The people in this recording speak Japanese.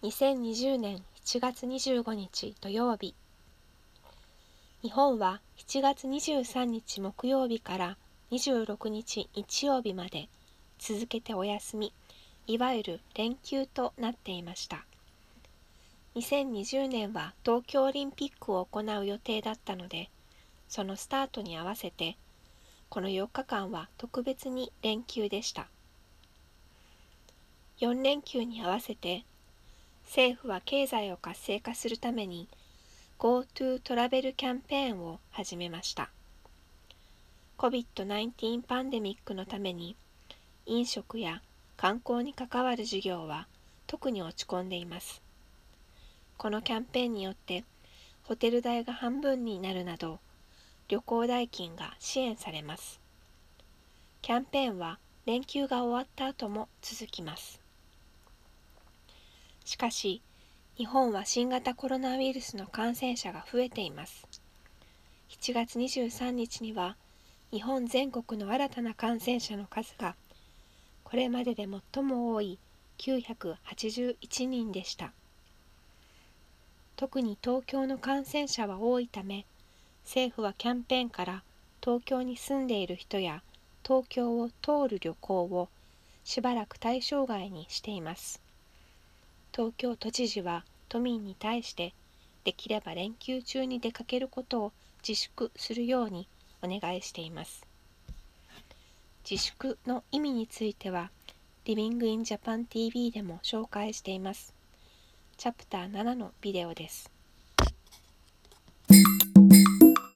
2020年7月25日土曜日。日本は7月23日木曜日から26日日曜日まで続けてお休み、いわゆる連休となっていました。2020年は東京オリンピックを行う予定だったので、そのスタートに合わせて、この4日間は特別に連休でした。4連休に合わせて、政府は経済を活性化するために GoTo トラベルキャンペーンを始めました。COVID-19 パンデミックのために飲食や観光に関わる事業は特に落ち込んでいます。このキャンペーンによってホテル代が半分になるなど旅行代金が支援されます。キャンペーンは連休が終わった後も続きます。しかし、日本は新型コロナウイルスの感染者が増えています。7月23日には、日本全国の新たな感染者の数が、これまでで最も多い981人でした。特に東京の感染者は多いため、政府はキャンペーンから東京に住んでいる人や東京を通る旅行をしばらく対象外にしています。東京都知事は都民に対してできれば連休中に出かけることを自粛するようにお願いしています。自粛の意味についてはリビングインジャパン TV でも紹介しています。チャプター7のビデオです。